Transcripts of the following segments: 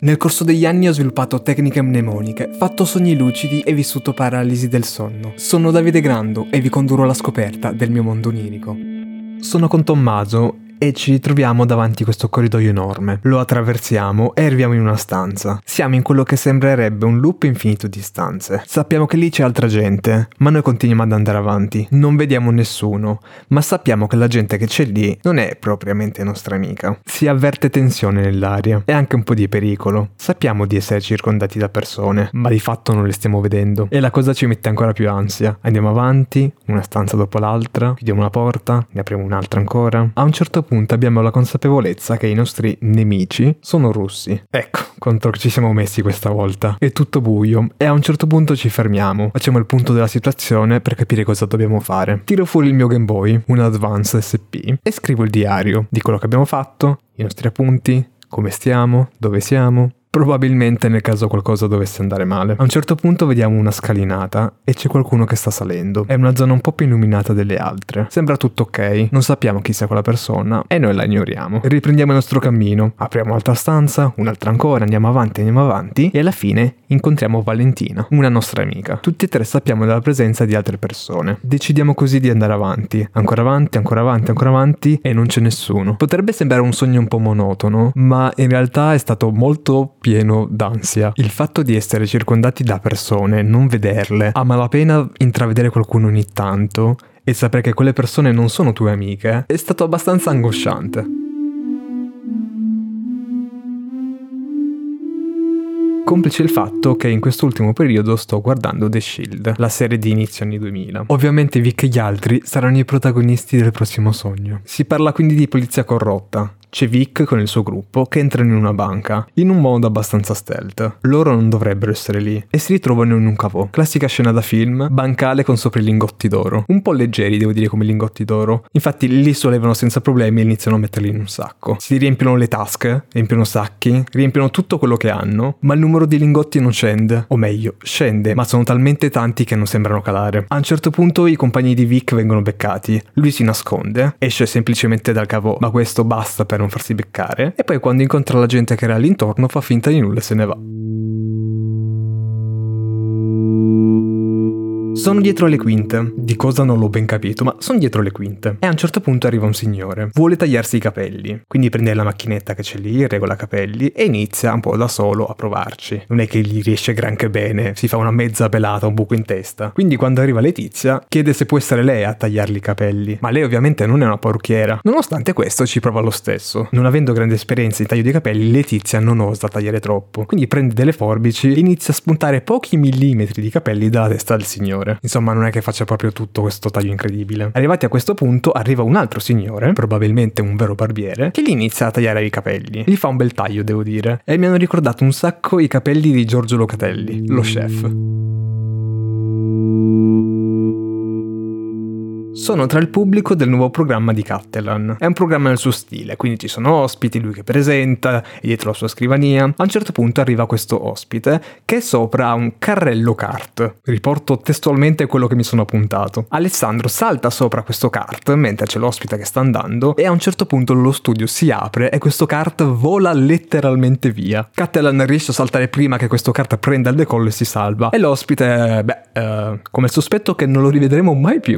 Nel corso degli anni ho sviluppato tecniche mnemoniche, fatto sogni lucidi e vissuto paralisi del sonno. Sono Davide Grando e vi condurrò alla scoperta del mio mondo onirico. Sono con Tommaso e ci troviamo davanti a questo corridoio enorme. Lo attraversiamo e arriviamo in una stanza. Siamo in quello che sembrerebbe un loop infinito di stanze. Sappiamo che lì c'è altra gente, ma noi continuiamo ad andare avanti. Non vediamo nessuno, ma sappiamo che la gente che c'è lì non è propriamente nostra amica. Si avverte tensione nell'aria e anche un po' di pericolo. Sappiamo di essere circondati da persone, ma di fatto non le stiamo vedendo. E la cosa ci mette ancora più ansia. Andiamo avanti, una stanza dopo l'altra, chiudiamo una porta, ne apriamo un'altra ancora. A un certo punto abbiamo la consapevolezza che i nostri nemici sono russi. Ecco, contro che ci siamo messi questa volta. È tutto buio e a un certo punto ci fermiamo. Facciamo il punto della situazione per capire cosa dobbiamo fare. Tiro fuori il mio Game Boy, un Advance SP, e scrivo il diario di quello che abbiamo fatto, i nostri appunti, come stiamo, dove siamo. Probabilmente nel caso qualcosa dovesse andare male. A un certo punto vediamo una scalinata e c'è qualcuno che sta salendo. È una zona un po' più illuminata delle altre. Sembra tutto ok, non sappiamo chi sia quella persona e noi la ignoriamo. Riprendiamo il nostro cammino, apriamo un'altra stanza, un'altra ancora, andiamo avanti e alla fine incontriamo Valentina, una nostra amica. Tutti e tre sappiamo della presenza di altre persone. Decidiamo così di andare avanti, ancora avanti e non c'è nessuno. Potrebbe sembrare un sogno un po' monotono, ma in realtà è stato molto pieno d'ansia. Il fatto di essere circondati da persone, non vederle, a malapena intravedere qualcuno ogni tanto e sapere che quelle persone non sono tue amiche, è stato abbastanza angosciante. Complice il fatto che in quest'ultimo periodo sto guardando The Shield, la serie di inizio anni 2000. Ovviamente Vic e gli altri saranno i protagonisti del prossimo sogno. Si parla quindi di polizia corrotta. C'è Vic con il suo gruppo che entrano in una banca, in un modo abbastanza stealth. Loro non dovrebbero essere lì e si ritrovano in un cavò. Classica scena da film, bancale con sopra i lingotti d'oro. Un po' leggeri, devo dire, come lingotti d'oro. Infatti li sollevano senza problemi e iniziano a metterli in un sacco. Si riempiono le tasche, riempiono sacchi, riempiono tutto quello che hanno, ma il numero di lingotti non scende. O meglio, scende, ma sono talmente tanti che non sembrano calare. A un certo punto i compagni di Vic vengono beccati. Lui si nasconde, esce semplicemente dal cavò, ma questo basta per non farsi beccare, e poi quando incontra la gente che era all'intorno fa finta di nulla e se ne va. Sono dietro le quinte. Di cosa non l'ho ben capito, ma sono dietro le quinte. E a un certo punto arriva un signore. Vuole tagliarsi i capelli. Quindi prende la macchinetta che c'è lì, regola capelli e inizia un po' da solo a provarci. Non è che gli riesce granché bene, si fa una mezza pelata, un buco in testa. Quindi quando arriva Letizia, chiede se può essere lei a tagliargli i capelli. Ma lei ovviamente non è una parrucchiera. Nonostante questo ci prova lo stesso. Non avendo grande esperienza in taglio di capelli, Letizia non osa tagliare troppo. Quindi prende delle forbici e inizia a spuntare pochi millimetri di capelli dalla testa del signore. Insomma, non è che faccia proprio tutto questo taglio incredibile. Arrivati a questo punto arriva un altro signore, probabilmente un vero barbiere, che gli inizia a tagliare i capelli. Gli fa un bel taglio, devo dire, e mi hanno ricordato un sacco i capelli di Giorgio Locatelli, lo chef. Sono tra il pubblico del nuovo programma di Catalan. È un programma nel suo stile, quindi ci sono ospiti, lui che presenta, e dietro la sua scrivania. A un certo punto arriva questo ospite che sopra ha un carrello kart. Riporto testualmente quello che mi sono appuntato. Alessandro salta sopra questo kart mentre c'è l'ospite che sta andando e a un certo punto lo studio si apre e questo kart vola letteralmente via. Catalan riesce a saltare prima che questo kart prenda il decollo e si salva. E l'ospite, come il sospetto che non lo rivedremo mai più.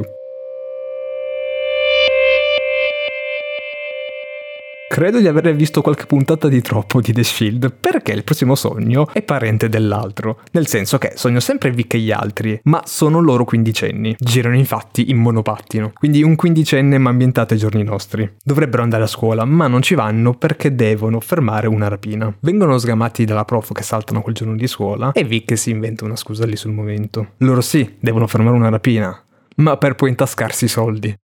Credo di aver visto qualche puntata di troppo di The Shield, perché il prossimo sogno è parente dell'altro, nel senso che sogno sempre Vic e gli altri, ma sono loro quindicenni, girano infatti in monopattino, quindi un quindicenne ma ambientato ai giorni nostri. Dovrebbero andare a scuola, ma non ci vanno perché devono fermare una rapina. Vengono sgamati dalla prof che saltano quel giorno di scuola e Vic si inventa una scusa lì sul momento. Loro sì, devono fermare una rapina, ma per poi intascarsi i soldi.